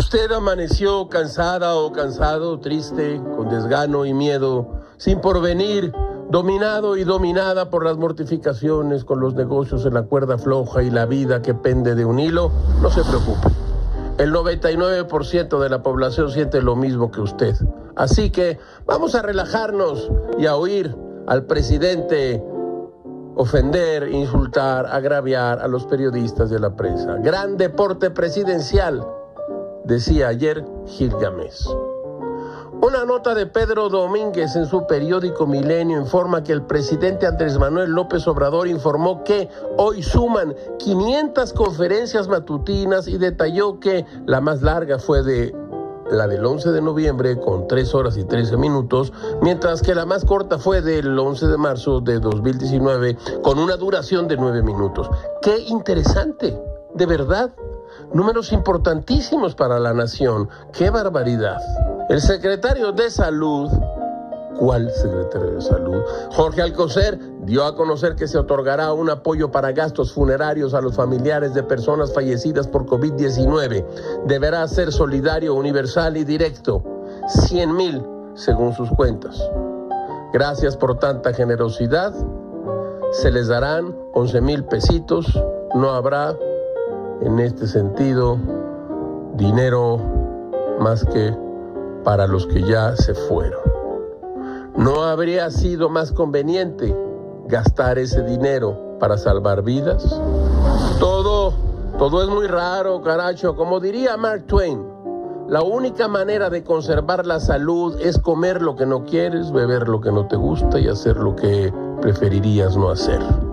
Usted amaneció cansada o cansado, triste, con desgano y miedo, sin porvenir, dominado y dominada por las mortificaciones, con los negocios en la cuerda floja y la vida que pende de un hilo. No se preocupe. El 99% de la población siente lo mismo que usted. Así que vamos a relajarnos y a oír al presidente ofender, insultar, agraviar a los periodistas de la prensa. Gran deporte presidencial, decía ayer Gilgamesh. Una nota de Pedro Domínguez en su periódico Milenio informa que el presidente Andrés Manuel López Obrador informó que hoy suman 500 conferencias matutinas y detalló que la más larga fue la del 11 de noviembre con 3 horas y 13 minutos, mientras que la más corta fue del 11 de marzo de 2019 con una duración de 9 minutos. ¡Qué interesante! De verdad, números importantísimos para la nación. ¡Qué barbaridad! El secretario de Salud, ¿cuál secretario de Salud? Jorge Alcocer dio a conocer que se otorgará un apoyo para gastos funerarios a los familiares de personas fallecidas por COVID-19. Deberá ser solidario, universal y directo. 100,000 según sus cuentas. Gracias por tanta generosidad. Se les darán 11,000 pesitos. No habrá, en este sentido, dinero más que para los que ya se fueron. ¿No habría sido más conveniente gastar ese dinero para salvar vidas? Todo es muy raro, caracho. Como diría Mark Twain, la única manera de conservar la salud es comer lo que no quieres, beber lo que no te gusta y hacer lo que preferirías no hacer.